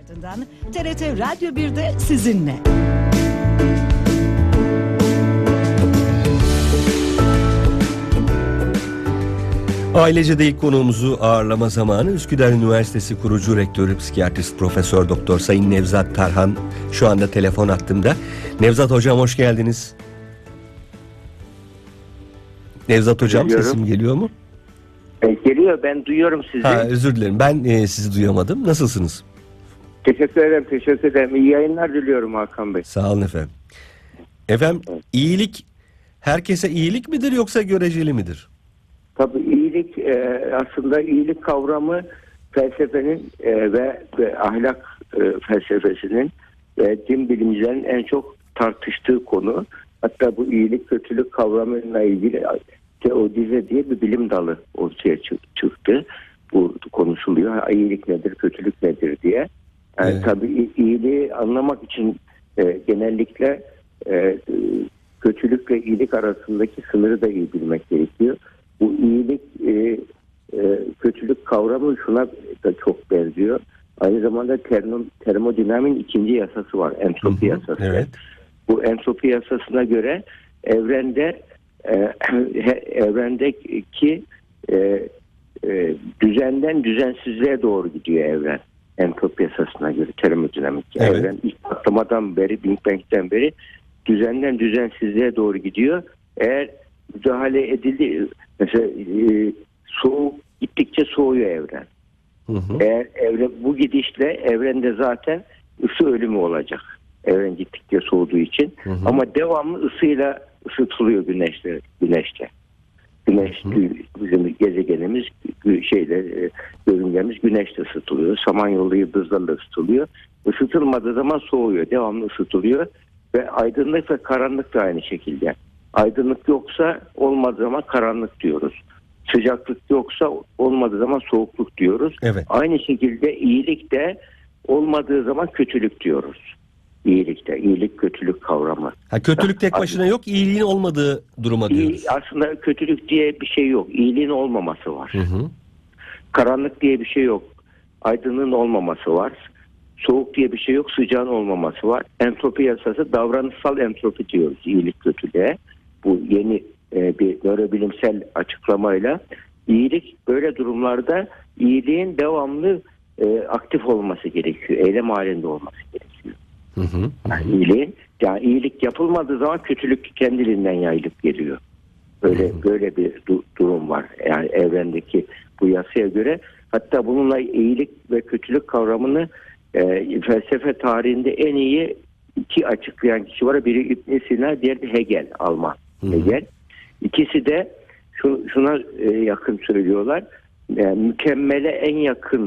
Ardından TRT Radyo 1'de sizinle. Ailece ilk konuğumuzu ağırlama zamanı. Üsküdar Üniversitesi kurucu rektörü psikiyatrist Profesör Doktor Sayın Nevzat Tarhan şu anda telefon hattımda. Nevzat Hocam hoş geldiniz. Nevzat Hocam Geliyorum. Sesim geliyor mu? Geliyor, ben duyuyorum sizi. Özür dilerim, ben sizi duyamadım. Nasılsınız? Teşekkür ederim. İyi yayınlar diliyorum Hakan Bey. Sağ olun efendim. Efendim, iyilik herkese iyilik midir yoksa göreceli midir? Tabii iyilik aslında iyilik kavramı felsefenin ve ahlak felsefesinin din bilimcilerin en çok tartıştığı konu. Hatta bu iyilik kötülük kavramıyla ilgili teodize diye bir bilim dalı ortaya çıktı. Bu konuşuluyor. İyilik nedir, kötülük nedir diye. Yani evet. Tabii iyiliği anlamak için genellikle kötülükle iyilik arasındaki sınırı da iyi bilmek gerekiyor. Bu iyilik kötülük kavramı şuna da çok benziyor. Aynı zamanda termodinamiğin ikinci yasası var. Entropi yasası. Evet. Bu entropi yasasına göre evrendeki düzenden düzensizliğe doğru gidiyor evren. Entropi yasasına göre termodinamik. Evet. Evren ilk patlamadan beri, Big Bang'den beri düzenden düzensizliğe doğru gidiyor. Eğer müdahale edildi, mesela gittikçe soğuyor evren. Eğer evren bu gidişle evrende zaten ısı ölümü olacak. Evren gittikçe soğuduğu için. Ama devamlı ısıyla ısıtılıyor güneşle. Güneş bizim gezegenimiz yörüngemiz güneşle ısıtılıyor. Samanyolu yıldızlarla ısıtılıyor. Isıtılmadığı zaman soğuyor. Devamlı ısıtılıyor. Ve aydınlık ve karanlık da aynı şekilde. Aydınlık yoksa olmadığı zaman karanlık diyoruz. Sıcaklık yoksa olmadığı zaman soğukluk diyoruz. Evet. Aynı şekilde iyilik de olmadığı zaman kötülük diyoruz. İyilik kötülük kavramı. Kötülük tek başına yok, iyiliğin olmadığı duruma diyoruz. Aslında kötülük diye bir şey yok. İyiliğin olmaması var. Karanlık diye bir şey yok. Aydınlığın olmaması var. Soğuk diye bir şey yok. Sıcağın olmaması var. Entropi yasası, davranışsal entropi diyoruz iyilik kötülüğe. Bu yeni bir nörobilimsel açıklamayla iyilik böyle durumlarda iyiliğin devamlı aktif olması gerekiyor. Eylem halinde olması gerekiyor. Yani iyilik yapılmadığı zaman kötülük kendiliğinden yayılıp geliyor. Böyle bir durum var. Yani evrendeki bu yasaya göre, hatta bununla iyilik ve kötülük kavramını felsefe tarihinde en iyi iki açıklayan kişi var. Biri İbn Sina, diğeri de Hegel, Alman. Hegel. İkisi de şuna yakın söylüyorlar. Mükemmele en yakın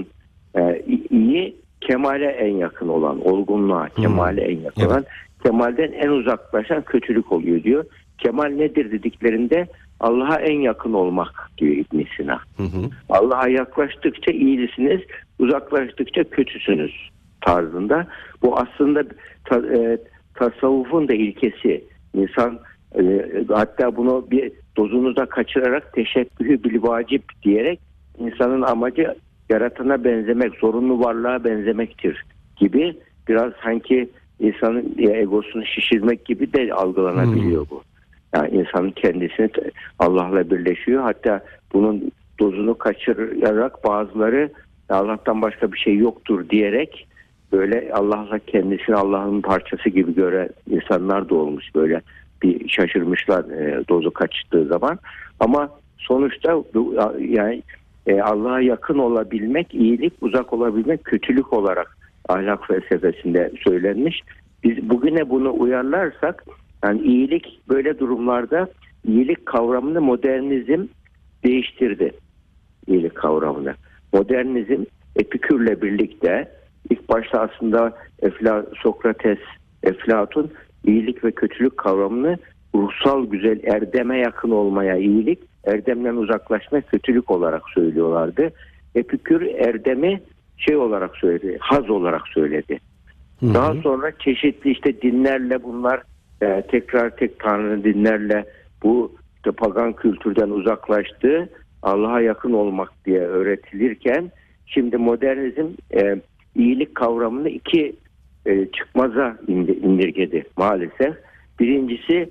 iyi, kemale en yakın olan, olgunluğa, kemale en yakın olan, kemalden en uzaklaşan kötülük oluyor diyor. Kemal nedir dediklerinde Allah'a en yakın olmak diyor İbn Sina. Allah'a yaklaştıkça iyisiniz, uzaklaştıkça kötüsünüz tarzında. Bu aslında tasavvufun da ilkesi. İnsan hatta bunu bir dozunuza kaçırarak teşebbühü bil vacip diyerek insanın amacı yaratana benzemek, zorunlu varlığa benzemektir gibi, biraz sanki insanın egosunu şişirmek gibi de algılanabiliyor bu. Yani insanın kendisini Allah'la birleşiyor. Hatta bunun dozunu kaçırarak bazıları Allah'tan başka bir şey yoktur diyerek böyle Allah'la kendisini Allah'ın parçası gibi gören insanlar da olmuş, böyle bir şaşırmışlar dozu kaçtığı zaman. Ama sonuçta yani Allah'a yakın olabilmek iyilik, uzak olabilmek kötülük olarak ahlak felsefesinde söylenmiş. Biz bugüne bunu uyarlarsak, yani iyilik böyle durumlarda, iyilik kavramını modernizm değiştirdi. İyilik kavramını. Modernizm Epikür'le birlikte ilk başta aslında Sokrates, Eflatun iyilik ve kötülük kavramını ruhsal güzel, erdeme yakın olmaya iyilik, erdemden uzaklaşma kötülük olarak söylüyorlardı. Epikür erdemi olarak söyledi, haz olarak söyledi. Daha sonra çeşitli dinlerle bunlar tekrar tek tanrı dinlerle bu pagan kültürden uzaklaştı, Allah'a yakın olmak diye öğretilirken, şimdi modernizm iyilik kavramını iki çıkmaza indirgedi maalesef. Birincisi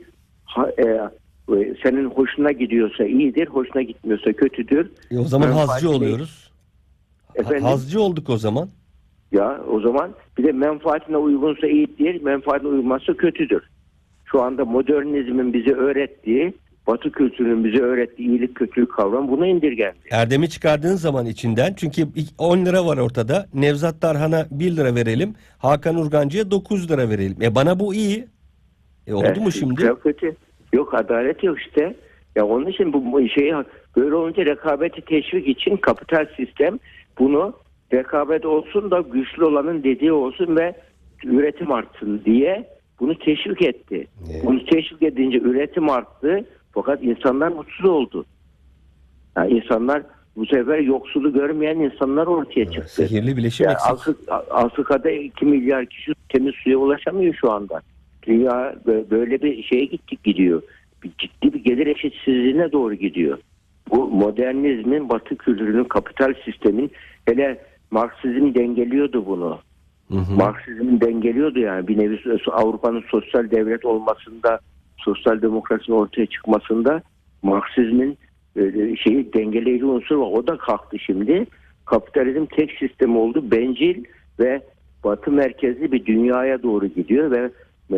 senin hoşuna gidiyorsa iyidir, hoşuna gitmiyorsa kötüdür. O zaman Menfaatine- hazcı oluyoruz. Efendim? Hazcı olduk o zaman. Ya o zaman bir de menfaatine uygunsa iyidir, menfaatine uymazsa kötüdür. Şu anda modernizmin bize öğrettiği, Batı kültürünün bize öğrettiği iyilik kötülük kavramı buna indirgendi. Erdem'i çıkardığın zaman içinden, çünkü 10 lira var ortada. Nevzat Tarhan'a 1 lira verelim. Hakan Urgancı'ya 9 lira verelim. Bana bu iyi. Oldu mu şimdi? Çok kötü. Yok, adalet yok işte. Ya onun için bu şeyi böyle olunca rekabeti teşvik için kapital sistem bunu rekabet olsun da güçlü olanın dediği olsun ve üretim artsın diye bunu teşvik etti. Evet. Bunu teşvik edince üretim arttı fakat insanlar mutsuz oldu. Yani insanlar bu sefer yoksulu görmeyen insanlar ortaya çıktı. Sihirli bileşim Yani eksik. Afrika'da 2 milyar kişi temiz suya ulaşamıyor şu anda. Dünya böyle bir şeye gidiyor. Ciddi bir gelir eşitsizliğine doğru gidiyor. Bu modernizmin, Batı kültürünün, kapital sistemin, hele Marksizm dengeliyordu bunu. Marksizm dengeliyordu yani bir nevi Avrupa'nın sosyal devlet olmasında, sosyal demokrasinin ortaya çıkmasında Marksizmin şeyi dengeleyici unsur var. O da kalktı şimdi. Kapitalizm tek sistem oldu. Bencil ve Batı merkezli bir dünyaya doğru gidiyor ve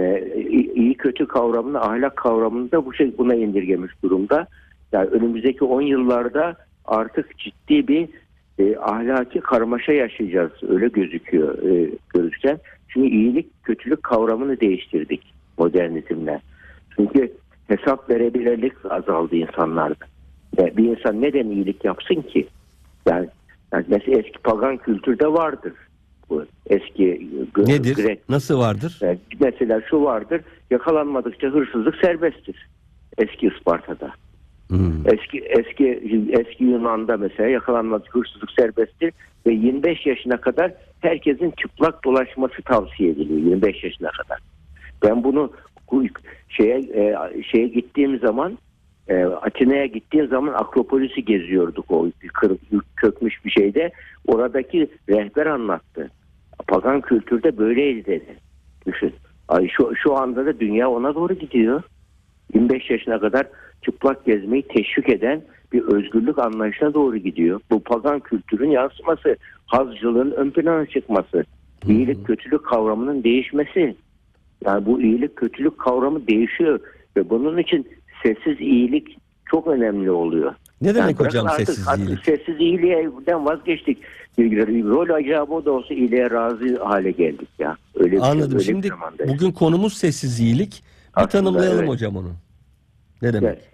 iyi kötü kavramını, ahlak kavramını da buna indirgemiş durumda. Yani önümüzdeki 10 yıllarda artık ciddi bir ahlaki karmaşa yaşayacağız. Öyle gözüküyor görürsen. Çünkü iyilik kötülük kavramını değiştirdik modernizmle. Çünkü hesap verebilirlik azaldı insanlarda. Yani bir insan neden iyilik yapsın ki? Yani mesela eski pagan kültürde vardır. Bu eski Nedir? Grek. Nasıl vardır? Yani mesela şu vardır. Yakalanmadıkça hırsızlık serbesttir. Eski Isparta'da. Eski Yunan'da mesela yakalanmadıkça hırsızlık serbesttir ve 25 yaşına kadar herkesin çıplak dolaşması tavsiye ediliyor. 25 yaşına kadar. Ben bunu şeye gittiğim zaman, Atina'ya gittiğim zaman Akropolis'i geziyorduk, o kökmüş bir şeyde. Oradaki rehber anlattı. Pagan kültürde böyleydi dedi. Düşün. Şu anda da dünya ona doğru gidiyor. 25 yaşına kadar çıplak gezmeyi teşvik eden bir özgürlük anlayışına doğru gidiyor. Bu pagan kültürün yansıması, hazcılığın ön plana çıkması, iyilik kötülük kavramının değişmesi. Yani bu iyilik kötülük kavramı değişiyor ve bunun için sessiz iyilik çok önemli oluyor. Ne demek yani hocam sessiz iyilik? Sessiz iyiliğden vazgeçtik. Rol acaba da olsa iyiliğe razı hale geldik ya. Öyle Anladım. öyle Şimdi bugün konumuz sessiz iyilik. Bir aslında, tanımlayalım evet. hocam onu. Ne demek? Evet.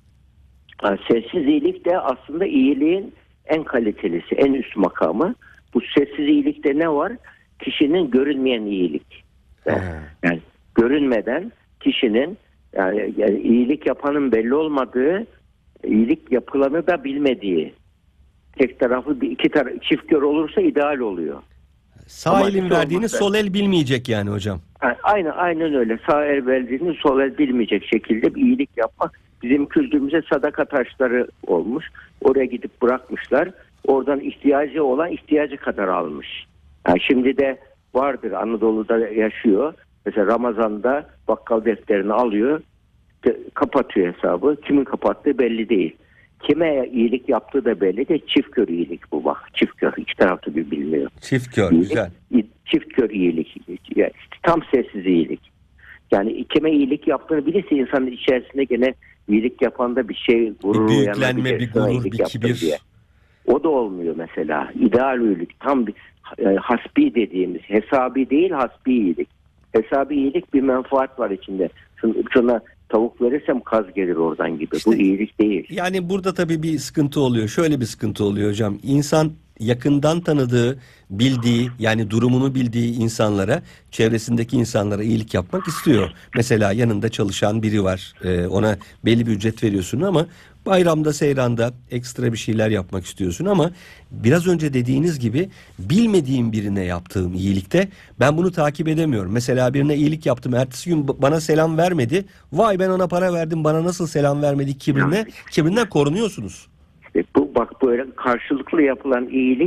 Yani sessiz iyilik de aslında iyiliğin en kalitelisi, en üst makamı. Bu sessiz iyilikte ne var? Kişinin görünmeyen iyilik. Yani görünmeden kişinin yani iyilik yapanın belli olmadığı, iyilik yapılanı da bilmediği, tek taraflı çift kör olursa ideal oluyor. Sağ Ama elin hiç verdiğini olmazsa- sol el bilmeyecek yani hocam. Aynen öyle. Sağ el verdiğini sol el bilmeyecek şekilde bir iyilik yapmak bizim kültürümüze sadaka taşları olmuş. Oraya gidip bırakmışlar. Oradan ihtiyacı olan ihtiyacı kadar almış. Yani şimdi de vardır, Anadolu'da yaşıyor. Mesela Ramazan'da bakkal defterini alıyor, kapatıyor hesabı. Kimin kapattığı belli değil. Kime iyilik yaptığı da belli değil. Çift kör iyilik bu bak. Çift kör. İki taraflı bir bilmiyor. Çift kör, İyilik, güzel. Çift kör iyilik. Yani tam sessiz iyilik. Yani kime iyilik yaptığını bilirse insanın içerisinde gene iyilik yapanda bir şey gurur, Bir büyüklenme, bir gurur, bir kibir. diye. O da olmuyor mesela. İdeal iyilik. Tam bir hasbi dediğimiz. Hesabi değil, hasbi iyilik. Hesabi iyilik bir menfaat var içinde. Şuna tavuk verirsem kaz gelir oradan gibi. İşte, bu iyilik değil. Yani burada tabii bir sıkıntı oluyor. Şöyle bir sıkıntı oluyor hocam. İnsan yakından tanıdığı, bildiği, yani durumunu bildiği insanlara, çevresindeki insanlara iyilik yapmak istiyor. Mesela yanında çalışan biri var. Ona belli bir ücret veriyorsun ama bayramda, seyranda ekstra bir şeyler yapmak istiyorsun ama biraz önce dediğiniz gibi bilmediğim birine yaptığım iyilikte ben bunu takip edemiyorum. Mesela birine iyilik yaptım, ertesi gün bana selam vermedi. Vay ben ona para verdim, bana nasıl selam vermedi kibrinden korunuyorsunuz. Bu bak böyle karşılıklı yapılan iyilik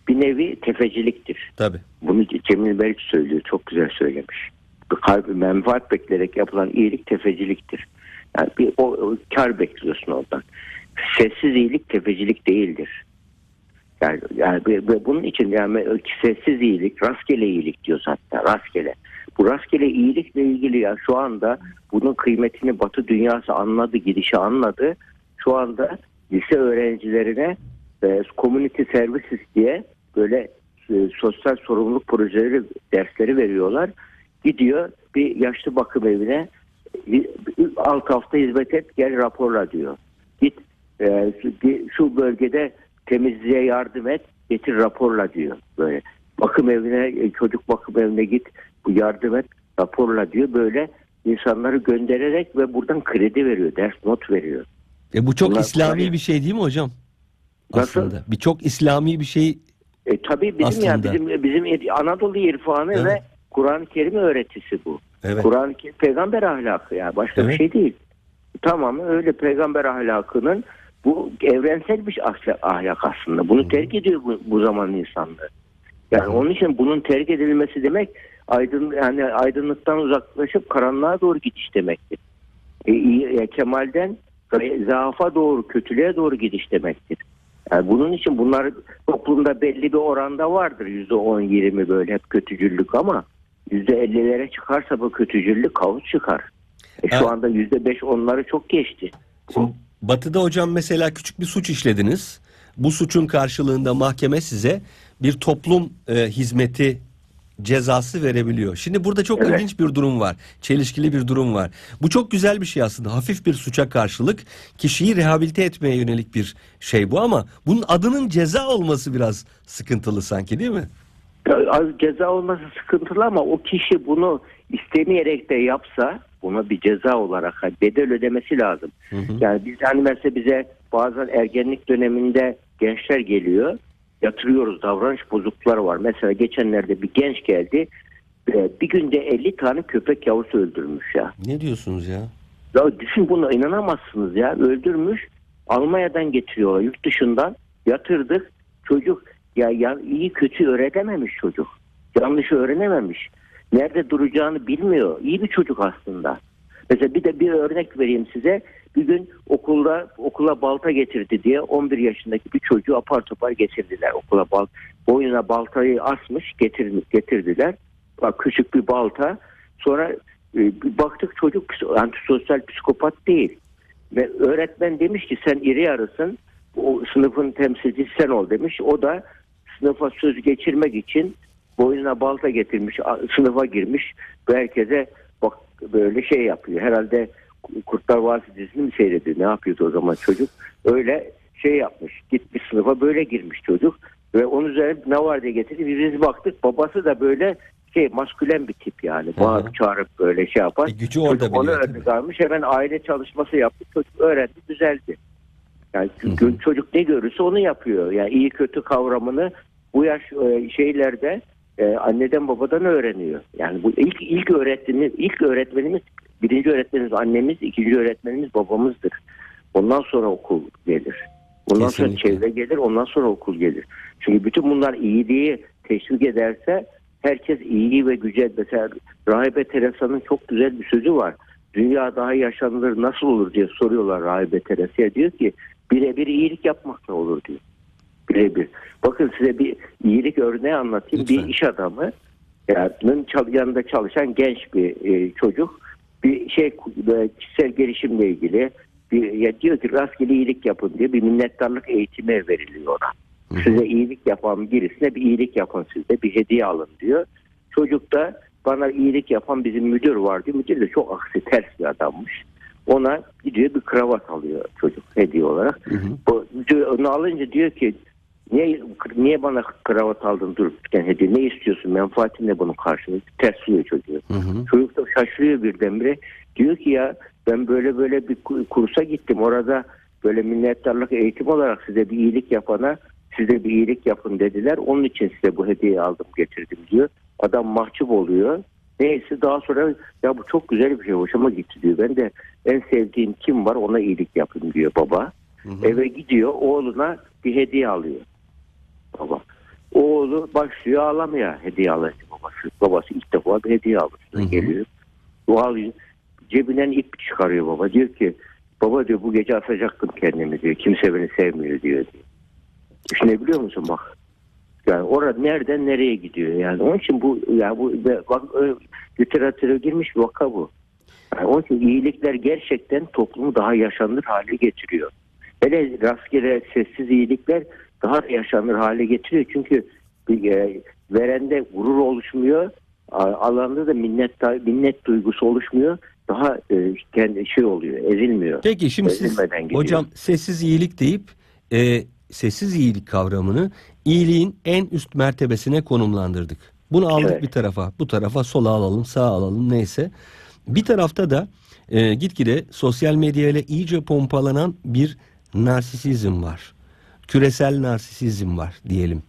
bir nevi tefeciliktir. Tabii. Bunu Cemil Meriç söylüyor. Çok güzel söylemiş. Menfaat bekleyerek yapılan iyilik tefeciliktir. Yani o kar bekliyorsun oradan. Sessiz iyilik tefecilik değildir. Yani bunun için yani sessiz iyilik, rastgele iyilik diyoruz hatta, rastgele. Bu rastgele iyilikle ilgili ya şu anda bunun kıymetini Batı dünyası anladı, gidişi anladı. Şu anda lise öğrencilerine community services diye böyle sosyal sorumluluk projeleri, dersleri veriyorlar. Gidiyor bir yaşlı bakım evine 6 hafta hizmet et, gel raporla diyor. Git şu bölgede temizliğe yardım et, getir raporla diyor. Böyle bakım evine, çocuk bakım evine git, bu yardım et, raporla diyor. Böyle insanları göndererek ve buradan kredi veriyor, ders not veriyor. Bu çok Bunlar İslami bir şey değil mi hocam? Nasıl? Aslında. Bir çok İslami bir şey. Tabii bizim bizim Anadolu irfanı, evet, ve Kur'an-ı Kerim öğretisi bu. Evet. Kur'an-ı Kerim peygamber ahlakı, yani başka bir şey değil. Tamam, öyle peygamber ahlakının bu evrensel bir ahlak aslında. Bunu terk ediyor bu zaman insanlığı. Yani onun için bunun terk edilmesi demek aydınlıktan uzaklaşıp karanlığa doğru gidiş demektir. Kemalden zaafa doğru, kötülüğe doğru gidiş demektir. Yani bunun için bunlar toplumda belli bir oranda vardır. %10-20 böyle hep kötücüllük, ama %50'lere çıkarsa bu kötücüllük kaos çıkar. Şu anda %5 onları çok geçti. Şimdi Batı'da hocam mesela küçük bir suç işlediniz. Bu suçun karşılığında mahkeme size bir toplum hizmeti cezası verebiliyor. Şimdi burada çok ilginç bir durum var. Çelişkili bir durum var. Bu çok güzel bir şey aslında. Hafif bir suça karşılık kişiyi rehabilite etmeye yönelik bir şey bu, ama bunun adının ceza olması biraz sıkıntılı sanki, değil mi? Ceza olması sıkıntılı, ama o kişi bunu istemeyerek de yapsa buna bir ceza olarak bedel ödemesi lazım. Hı hı. Yani biz mesela bize bazen ergenlik döneminde gençler geliyor, yatırıyoruz, davranış bozuklukları var. Mesela geçenlerde bir genç geldi, bir günde 50 tane köpek yavrusu öldürmüş ya. Ne diyorsunuz ya? Ya düşün, buna inanamazsınız ya, öldürmüş. Almanya'dan getiriyorlar, yurt dışından yatırdık. Çocuk ya iyi kötü öğrenememiş çocuk. Yanlışı öğrenememiş. Nerede duracağını bilmiyor. İyi bir çocuk aslında. Mesela bir örnek vereyim size. Bir gün okula balta getirdi diye 11 yaşındaki bir çocuğu apar topar getirdiler. Boynuna baltayı asmış, getirdiler. Bak, küçük bir balta. Sonra baktık çocuk antisosyal, psikopat değil. Ve öğretmen demiş ki sen iri yarısın, o sınıfın temsilcisi sen ol demiş. O da sınıfa söz geçirmek için boynuna balta getirmiş, sınıfa girmiş ve herkese bak böyle şey yapıyor. Herhalde Kurtlar Vadisi dizisini mi seyrediyor? Ne yapıyordu o zaman çocuk? Öyle şey yapmış. Gitmiş sınıfa, böyle girmiş çocuk. Ve onun üzerine ne var diye getirdi. Biz baktık, babası da böyle maskülen bir tip yani. Bağırıp çağırıp böyle şey yapar. Gücü orada çocuk onu örnek almış. Hemen aile çalışması yaptı. Çocuk öğrendi, düzeldi. Yani çocuk ne görürse onu yapıyor. Yani iyi kötü kavramını bu yaş şeylerde anneden babadan öğreniyor. Yani bu ilk öğretmenimiz, birinci öğretmenimiz annemiz, ikinci öğretmenimiz babamızdır. Ondan sonra okul gelir. Ondan sonra çevre gelir, ondan sonra okul gelir. Çünkü bütün bunlar iyiliği teşvik ederse herkes iyiyi ve güce, mesela Rahibe Teresa'nın çok güzel bir sözü var. Dünya daha yaşanılır nasıl olur diye soruyorlar Rahibe Teresa'ya. Diyor ki birebir iyilik yapmakla olur diyor. Birebir. Bakın size bir iyilik örneği anlatayım. Lütfen. Bir iş adamı yanında çalışan genç bir çocuk bir kişisel gelişimle ilgili diyor ki rastgele iyilik yapın diye bir minnettarlık eğitimi veriliyor ona. Hı-hı. Size iyilik yapan birisine bir iyilik yapın, size bir hediye alın diyor. Çocuk da bana iyilik yapan bizim müdür var diyor. Müdür de çok aksi, ters bir adammış. Ona gidiyor bir kravat alıyor çocuk hediye olarak. Onu alınca diyor ki niye bana kravat aldın dururken hediye? Ne istiyorsun? Menfaatin ne bunun karşılığı? Tersliyor çocuğu. Çocuk da şaşırıyor birdenbire. Diyor ki ya ben böyle bir kursa gittim. Orada böyle minnettarlık eğitim olarak size bir iyilik yapana size bir iyilik yapın dediler. Onun için size bu hediyeyi aldım getirdim diyor. Adam mahcup oluyor. Neyse daha sonra ya bu çok güzel bir şey, hoşuma gitti diyor. Ben de en sevdiğim kim var ona iyilik yapayım diyor baba. Eve gidiyor, oğluna bir hediye alıyor baba. Oğlu başlıyor ağlamaya, hediye alıyor babası. Babası ilk defa bir hediye alıyor. Geliyor. Doğal cebinden ip çıkarıyor baba. Diyor ki baba diyor bu gece asacaktım kendimi diyor. Kimse beni sevmiyor diyor. Düşünebiliyor musun bak? Yani orada nereden nereye gidiyor yani. Onun için bu bak, literatüre girmiş bir vaka bu. Yani onun için iyilikler gerçekten toplumu daha yaşanır hale getiriyor. Hele rastgele sessiz iyilikler daha yaşanır hale getiriyor. Çünkü verende gurur oluşmuyor. Alanda da minnet duygusu oluşmuyor. Daha kendi oluyor, ezilmiyor. Peki şimdi siz hocam sessiz iyilik deyip sessiz iyilik kavramını iyiliğin en üst mertebesine konumlandırdık. Bunu aldık bir tarafa. Bu tarafa sola alalım, sağa alalım neyse. Bir tarafta da gitgide sosyal medyayla iyice pompalanan bir narsisizm var. Küresel narsisizm var diyelim.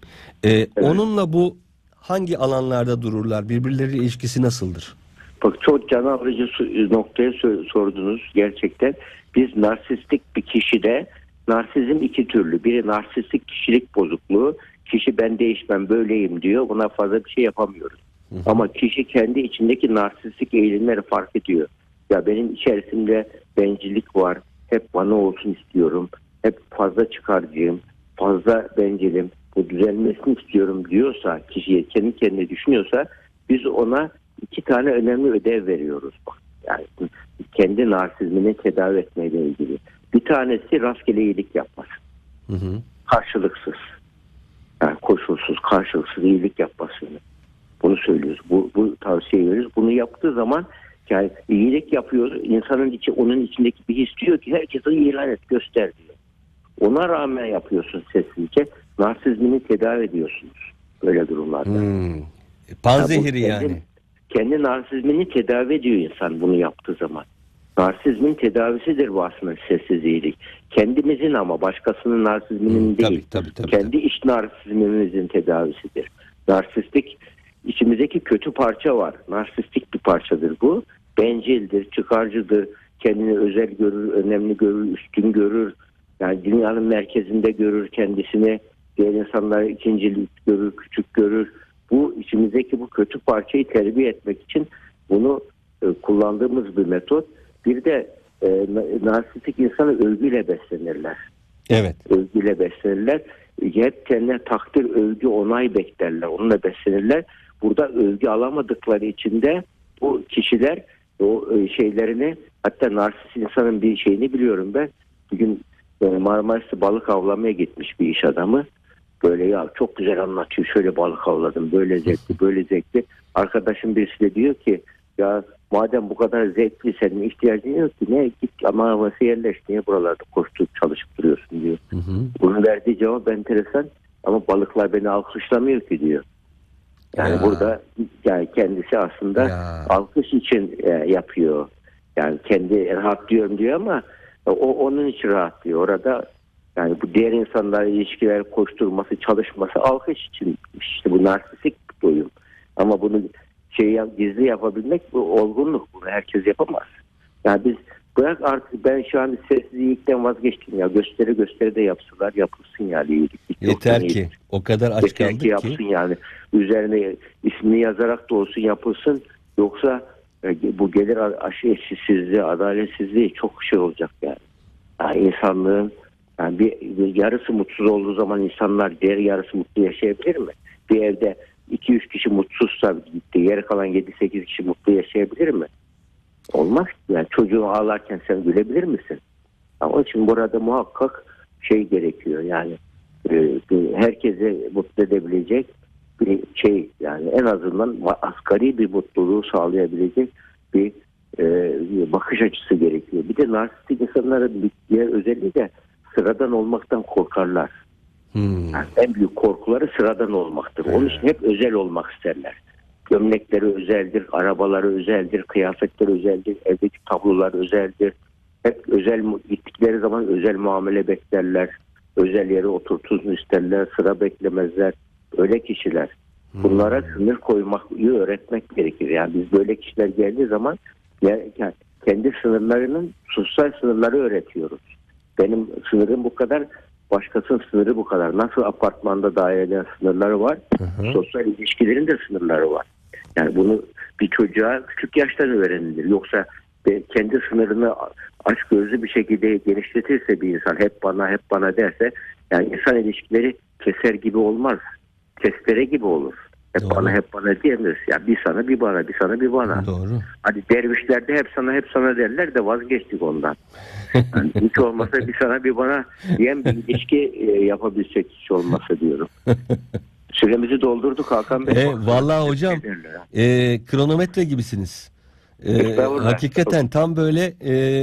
Onunla bu hangi alanlarda dururlar? Birbirleriyle ilişkisi nasıldır? Bak çok can alıcı noktaya sordunuz gerçekten. Biz narsistik bir kişide narsizm iki türlü. Biri narsistik kişilik bozukluğu. Kişi ben değişmem böyleyim diyor. Buna fazla bir şey yapamıyoruz. Ama kişi kendi içindeki narsistik eğilimleri fark ediyor. Ya benim içerisinde bencillik var. Hep bana olsun istiyorum. Hep fazla çıkarcıyım. Fazla bencilim. Bu düzelmesini istiyorum diyorsa, kişiye kendi kendine düşünüyorsa biz ona 2 tane önemli ödev veriyoruz. Yani kendi narsizmini tedavi etmeyle ilgili. Bir tanesi rastgele iyilik yapması. Karşılıksız. Yani koşulsuz, karşılıksız iyilik yapmasını. Bunu söylüyoruz. Bu tavsiye veriyoruz. Bunu yaptığı zaman yani iyilik yapıyor. İnsanın içi, onun içindeki bir his diyor ki herkese ilan et, göster diyor. Ona rağmen yapıyorsun sessizce. Narsizmini tedavi ediyorsunuz. Böyle durumlarda. Panzehiri yani. Kendi narsizmini tedavi ediyor insan bunu yaptığı zaman. Narsizmin tedavisidir bu aslında sessiz iyilik. Kendimizin ama başkasının narsizminin değil. Tabii. Kendi iç narsizmimizin tedavisidir. Narsistik içimizdeki kötü parça var. Narsistik bir parçadır bu. Bencildir, çıkarcıdır. Kendini özel görür, önemli görür, üstün görür. Yani dünyanın merkezinde görür kendisini. Diğer insanları ikincilik görür, küçük görür. Bu içimizdeki bu kötü parçayı terbiye etmek için bunu kullandığımız bir metot. Bir de narsistik insanı övgüyle beslenirler. Evet. Övgüyle beslenirler. Hep kendine takdir, övgü, onay beklerler. Onunla beslenirler. Burada övgü alamadıkları için de bu kişiler o şeylerini, hatta narsist insanın bir şeyini biliyorum ben. Bugün Marmaris'te balık avlamaya gitmiş bir iş adamı. Böyle ya çok güzel anlatıyor. Şöyle balık avladım. Böyle zevkli, böyle zevkli. Arkadaşım birisi de diyor ki ya madem bu kadar zevkli, senin ihtiyacın yok ki ne git ama havası yerleş, niye buralarda koşturup çalışıp duruyorsun diyor. Bunun verdiği cevap enteresan ama balıklar beni alkışlamıyor ki diyor. Yani burada yani kendisi aslında alkış için yapıyor. Yani kendi rahatlıyorum diyor ama o onun için rahatlıyor. Orada yani bu diğer insanlarla ilişkiler koşturması, çalışması alkış için. İşte bu narsistik bir doyum. Ama bunu gizli yapabilmek bu olgunluk. Bunu herkes yapamaz. Yani biz bırak artık, ben şu an sessiz iyilikten vazgeçtim ya. Gösteri de yapsınlar, yapılsın yani iyilik. Yeter ki o kadar aç kaldık ki. Yapsın yani. Üzerine ismini yazarak da olsun yapılsın. Yoksa bu gelir eşitsizliği, adaletsizliği çok şey olacak yani. Yani insanlığın yani bir yarısı mutsuz olduğu zaman insanlar diğer yarısı mutlu yaşayabilir mi? Bir evde 2-3 kişi mutsuzsa diğer kalan 7-8 kişi mutlu yaşayabilir mi? Olmaz. Yani çocuğun ağlarken sen gülebilir misin? Ama onun için burada muhakkak şey gerekiyor yani herkese mutlu edebilecek bir şey, yani en azından asgari bir mutluluğu sağlayabilecek bir bakış açısı gerekiyor. Bir de narsistik insanların bir diğer özelliği de sıradan olmaktan korkarlar. Yani en büyük korkuları sıradan olmaktır. Onun için hep özel olmak isterler. Gömlekleri özeldir, arabaları özeldir, kıyafetleri özeldir, evdeki tablolar özeldir. Hep özel, gittikleri zaman özel muamele beklerler. Özel yere oturtulsun isterler, sıra beklemezler. Öyle kişiler. Bunlara sınır koymayı öğretmek gerekir. Yani biz böyle kişiler geldiği zaman kendi sınırlarının sosyal sınırları öğretiyoruz. Benim sınırım bu kadar, başkasının sınırı bu kadar. Nasıl apartmanda dairelerin sınırları var, sosyal ilişkilerin de sınırları var. Yani bunu bir çocuğa küçük yaştan öğrenilir. Yoksa kendi sınırını açgözlü bir şekilde genişletirse bir insan, hep bana derse, yani insan ilişkileri keser gibi olmaz. Testere gibi olur. Hep bana diyemez. Yani bir sana bir bana, bir sana bir bana. Doğru. Hadi dervişlerde hep sana derler de vazgeçtik ondan. Yani hiç olmasa bir sana bir bana diyen bir ilişki yapabilsek, hiç olmasa diyorum. Süremizi doldurduk Hakan Bey. Vallahi hocam kronometre gibisiniz. Hakikaten tam böyle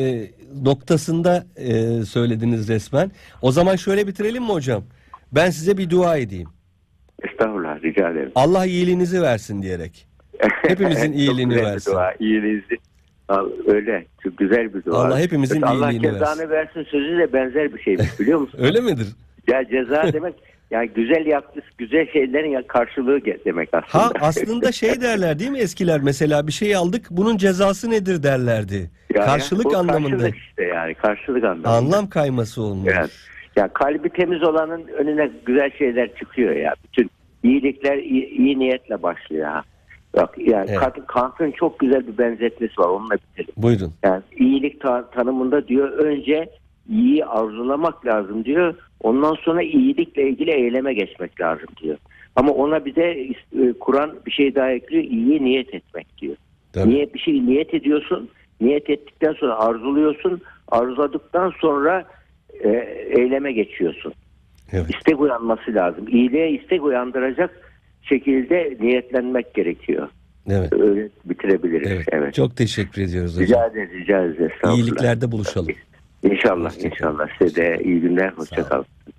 noktasında söylediniz resmen. O zaman şöyle bitirelim mi hocam? Ben size bir dua edeyim. Estağfurullah, rica ederim. Allah iyiliğinizi versin diyerek. Hepimizin iyiliğini versin. Dua, iyiliğinizi. Öyle. Çok güzel bir dua. Allah hepimizin Allah iyiliğini versin. Allah cezanı versin sözüyle benzer bir şeymiş, biliyor musun? Öyle midir? Ya ceza demek yani güzel yaptığı güzel şeylerin karşılığı demek aslında. Aslında şey derler değil mi eskiler, mesela bir şey aldık bunun cezası nedir derlerdi. Yani karşılık anlamında. Karşılık işte, yani karşılık anlamında. Anlam kayması olmuş. Yani, ya kalbi temiz olanın önüne güzel şeyler çıkıyor ya. Bütün iyilikler iyi niyetle başlıyor ha. Bak yani Kant'ın çok güzel bir benzetmesi var, onunla bitirelim. Buyurun. Yani iyilik tanımında diyor, önce iyiyi arzulamak lazım diyor. Ondan sonra iyilikle ilgili eyleme geçmek lazım diyor. Ama ona bir de Kur'an bir şey daha ekliyor. İyiye niyet etmek diyor. Tabii. Bir şey niyet ediyorsun. Niyet ettikten sonra arzuluyorsun. Arzuladıktan sonra eyleme geçiyorsun. Evet. İstek uyanması lazım. İyiliğe istek uyandıracak şekilde niyetlenmek gerekiyor. Evet. Öyle bitirebiliriz. Evet. Çok teşekkür ediyoruz hocam. Rica ederiz. İyiliklerde buluşalım. İnşallah. Size de iyi günler. Hoşça kalın.